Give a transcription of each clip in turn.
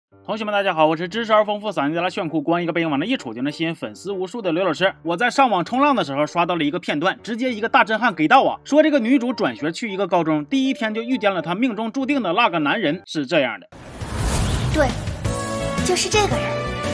同学们大家好，我是知识而丰富、嗓音贼拉炫酷、光一个背影往那一杵就能吸引粉丝无数的刘老师。我在上网冲浪的时候刷到了一个片段，直接一个大震撼给到啊！说这个女主转学去一个高中，第一天就遇见了她命中注定的那个男人，是这样的。 对，就是这个人。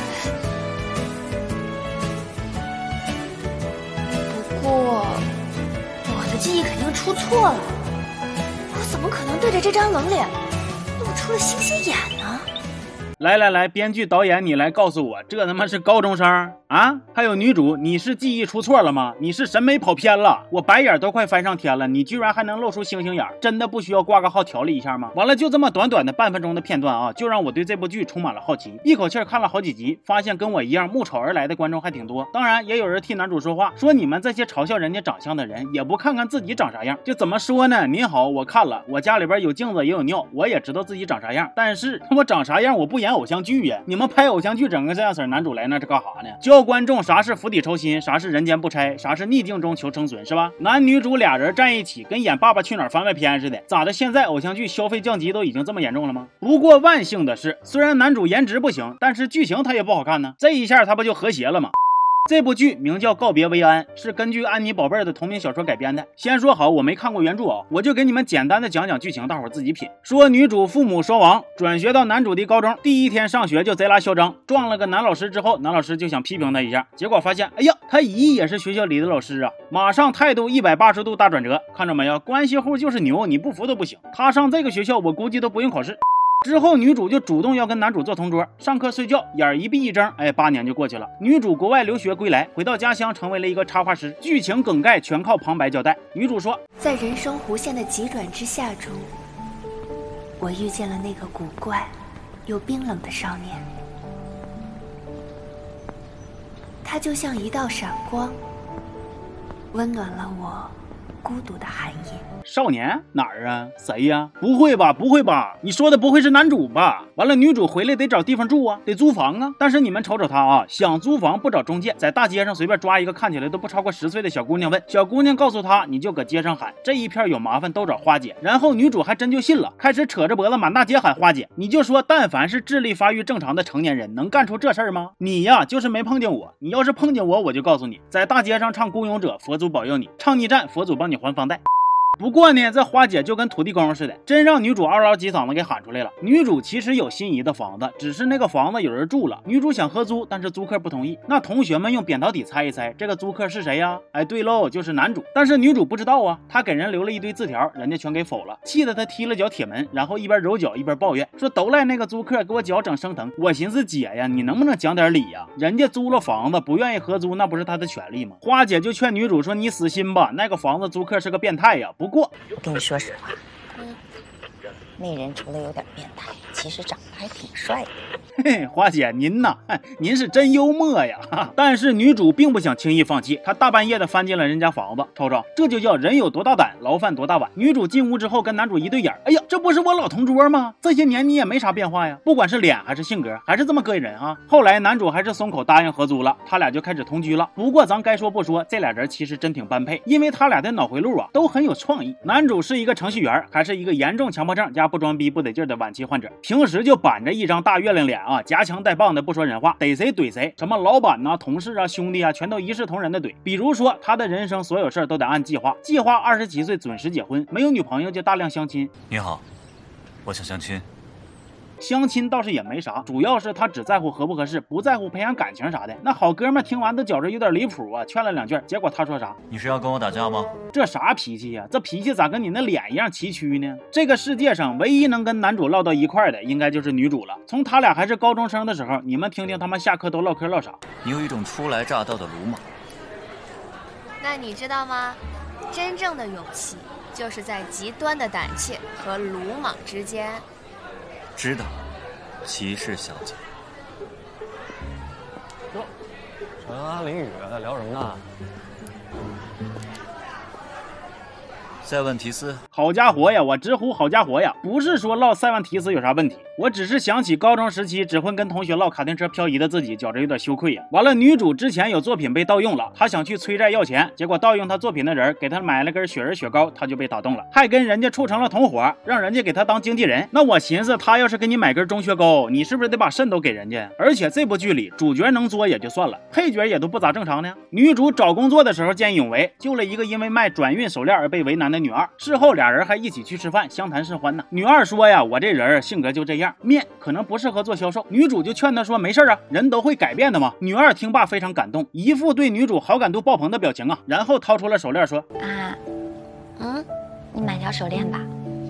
不过我的记忆肯定出错了，我怎么可能对着这张冷脸露出了星星眼呢？ 来，编剧导演，你来告诉我，这他妈是高中生啊？还有女主，你是记忆出错了吗？你是审美跑偏了？我白眼都快翻上天了，你居然还能露出星星眼，真的不需要挂个号调理一下吗？完了，就这么短短的半分钟的片段啊，就让我对这部剧充满了好奇，一口气看了好几集，发现跟我一样慕丑而来的观众还挺多。当然，也有人替男主说话，说你们这些嘲笑人家长相的人，也不看看自己长啥样。就怎么说呢？您好，我看了，我家里边有镜子也有尿，我也知道自己长啥样，但是我长啥样我不演偶像剧呀。你们拍偶像剧整个这样式男主来那是干啥呢？教观众啥是釜底抽薪，啥是人间不拆，啥是逆境中求生存，是吧？男女主俩人站一起，跟演《爸爸去哪儿》番外篇似的，咋的？现在偶像剧消费降级都已经这么严重了吗？不过万幸的是，虽然男主颜值不行，但是剧情他也不好看呢。这一下他不就和谐了吗？这部剧名叫《告别薇安》，是根据安妮宝贝的同名小说改编的。先说好，我没看过原著啊，我就给你们简单的讲讲剧情，大伙儿自己品。说女主父母双亡，转学到男主的高中，第一天上学就贼拉嚣张，撞了个男老师之后，男老师就想批评他一下，结果发现，哎呀，他姨也是学校里的老师啊，马上态度180度大转折，看着没有，关系户就是牛，你不服都不行。他上这个学校，我估计都不用考试。之后女主就主动要跟男主做同桌，上课睡觉，眼一闭一睁，8年就过去了。女主国外留学归来，回到家乡成为了一个插画师，剧情梗概全靠旁白交代。女主说， 在人生弧线的急转直下中，我遇见了那个古怪又冰冷的少年，他就像一道闪光，温暖了我孤独的寒夜。 少年哪儿啊？谁呀？不会吧，不会吧？你说的不会是男主吧？完了，女主回来得找地方住啊，得租房啊。但是你们瞅瞅他啊，想租房不找中介，在大街上随便抓一个看起来都不超过10岁的小姑娘问，小姑娘告诉他，你就搁街上喊，这一片有麻烦都找花姐。然后女主还真就信了，开始扯着脖子满大街喊花姐。你就说，但凡是智力发育正常的成年人，能干出这事儿吗？你呀，就是没碰见我。你要是碰见我，我就告诉你，在大街上唱孤勇者，佛祖保佑你；唱逆战，佛祖帮你还房贷。不过呢，这花姐就跟土地公似的，真让女主嗷嗷几嗓子给喊出来了。女主其实有心仪的房子，只是那个房子有人住了，女主想合租，但是租客不同意。那同学们用扁桃体猜一猜，这个租客是谁呀？对喽，就是男主。但是女主不知道啊，她给人留了一堆字条，人家全给否了，气得她踢了脚铁门，然后一边揉脚一边抱怨，说都赖那个租客给我脚整生疼。我寻思姐呀，你能不能讲点理呀？人家租了房子不愿意合租，那不是他的权利吗？花姐就劝女主说，你死心吧，那个房子租客是个变态呀。不过我跟你说实话，那人除了有点变态，其实长得还挺帅的。 嘿，花姐您呐，您是真幽默呀！但是女主并不想轻易放弃，她大半夜的翻进了人家房子，瞅瞅，这就叫人有多大胆，牢饭多大碗。女主进屋之后跟男主一对眼，哎呀，这不是我老同桌吗？这些年你也没啥变化呀，不管是脸还是性格，还是这么膈人啊。后来男主还是松口答应合租了，他俩就开始同居了。不过咱该说不说，这俩人其实真挺般配，因为他俩的脑回路啊都很有创意。男主是一个程序员，还是一个严重强迫症加不装逼不得劲的晚期患者，平时就板着一张大月亮脸啊，夹枪带棒的不说人话，逮谁怼谁，什么老板呐、同事啊、兄弟啊，全都一视同仁的怼。比如说他的人生所有事都得按计划27岁准时结婚，没有女朋友就大量相亲。 你好，我想相亲。 相亲倒是也没啥，主要是他只在乎合不合适，不在乎培养感情啥的。那好哥们听完都觉着有点离谱啊，劝了2句，结果他说啥？ 你是要跟我打架吗？ 这啥脾气呀？这脾气咋跟你那脸一样崎岖呢？这个世界上唯一能跟男主唠到一块的，应该就是女主了。从他俩还是高中生的时候，你们听听他们下课都唠嗑唠啥？ 你有一种初来乍到的鲁莽。 那你知道吗？真正的勇气就是在极端的胆怯和鲁莽之间。 知道，骑士小姐。 哟，陈安、林雨在聊什么呢？ 塞万提斯。 好家伙呀，我直呼好家伙呀！不是说唠塞万提斯有啥问题，我只是想起高中时期只会跟同学唠卡丁车漂移的自己，觉着有点羞愧呀。完了，女主之前有作品被盗用了，她想去催债要钱，结果盗用她作品的人给她买了根雪人雪糕，她就被打动了，还跟人家处成了同伙，让人家给她当经纪人。那我寻思，她要是给你买根中雪糕，你是不是得把肾都给人家？而且这部剧里主角能作也就算了，配角也都不咋正常呢。女主找工作的时候见义勇为，救了一个因为卖转运手链而被为难的女二，事后俩人还一起去吃饭，相谈甚欢呢。女二说呀，我这人性格就这样，面可能不适合做销售。女主就劝她说，没事啊，人都会改变的嘛。女二听罢非常感动，一副对女主好感度爆棚的表情啊，然后掏出了手链说， 你买条手链吧。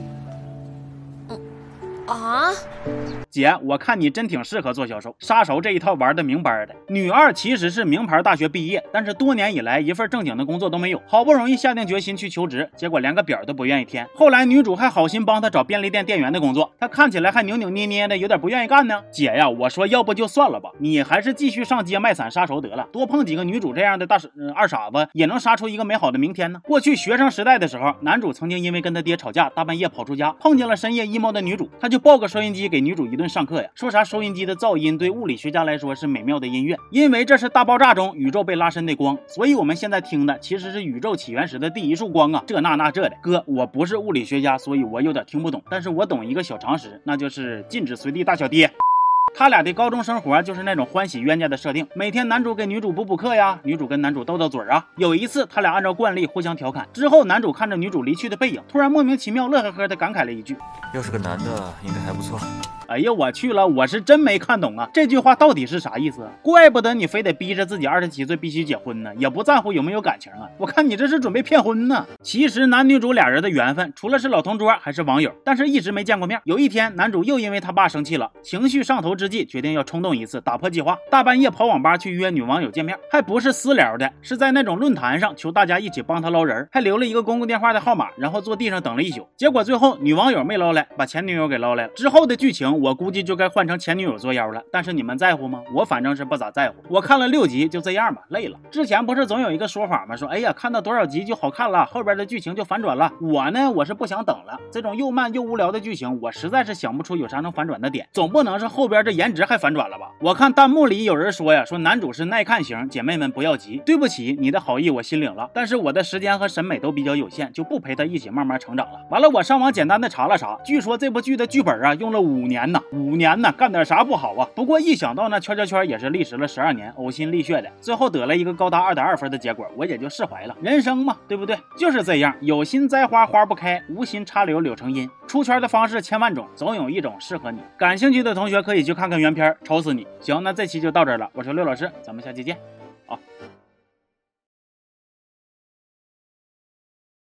姐，我看你真挺适合做销售，杀手这一套玩的明白的。女二其实是名牌大学毕业，但是多年以来一份正经的工作都没有，好不容易下定决心去求职，结果连个表都不愿意填。后来女主还好心帮她找便利店店员的工作，她看起来还扭扭捏捏的，有点不愿意干呢。姐呀，我说要不就算了吧，你还是继续上街卖伞杀熟得了，多碰几个女主这样的二傻子，也能杀出一个美好的明天呢。过去学生时代的时候，男主曾经因为跟他爹吵架，大半夜跑出家，碰见了深夜 emo 的女主，他就抱个收音机给女主一顿上课呀，说啥收音机的噪音对物理学家来说是美妙的音乐，因为这是大爆炸中宇宙被拉伸的光，所以我们现在听的其实是宇宙起源时的第一束光啊，这的。哥，我不是物理学家，所以我有点听不懂，但是我懂一个小常识，那就是禁止随地大小爹。他俩的高中生活就是那种欢喜冤家的设定，每天男主给女主补课呀，女主跟男主斗斗嘴啊。有一次他俩按照惯例互相调侃，之后男主看着女主离去的背影，突然莫名其妙乐呵呵的感慨了一句， 要是个男的应该还不错。 哎呀，我去了，我是真没看懂啊，这句话到底是啥意思？怪不得你非得逼着自己27岁必须结婚呢，也不在乎有没有感情啊，我看你这是准备骗婚呢。其实男女主俩人的缘分除了是老同桌还是网友，但是一直没见过面。有一天男主又因为他爸生气了，情绪上头之际决定要冲动一次，打破计划，大半夜跑网吧去约女网友见面，还不是私聊的，是在那种论坛上求大家一起帮他捞人，还留了一个公共电话的号码，然后坐地上等了一宿。结果最后女网友没捞来，把前女友给捞来了。之后的剧情我估计就该换成前女友作妖了，但是你们在乎吗？我反正是不咋在乎。我看了6集就这样吧，累了。之前不是总有一个说法吗？说哎呀，看到多少集就好看了，后边的剧情就反转了。我呢，我是不想等了，这种又慢又无聊的剧情，我实在是想不出有啥能反转的点，总不能是后边这颜值还反转了吧？我看弹幕里有人说呀，说男主是耐看型，姐妹们不要急。对不起，你的好意我心领了，但是我的时间和审美都比较有限，就不陪他一起慢慢成长了。完了，我上网简单的查了查，据说这部剧的剧本啊用了5年呢，5年呢，干点啥不好啊？不过一想到那圈也是历时了12年，呕心沥血的，最后得了一个高达2.2分的结果，我也就释怀了。人生嘛，对不对？就是这样，有心栽花花不开，无心插柳柳成荫。出圈的方式千万种，总有一种适合你。感兴趣的同学可以去看看原片，愁死你。行，那这期就到这儿了，我是刘老师，咱们下期见。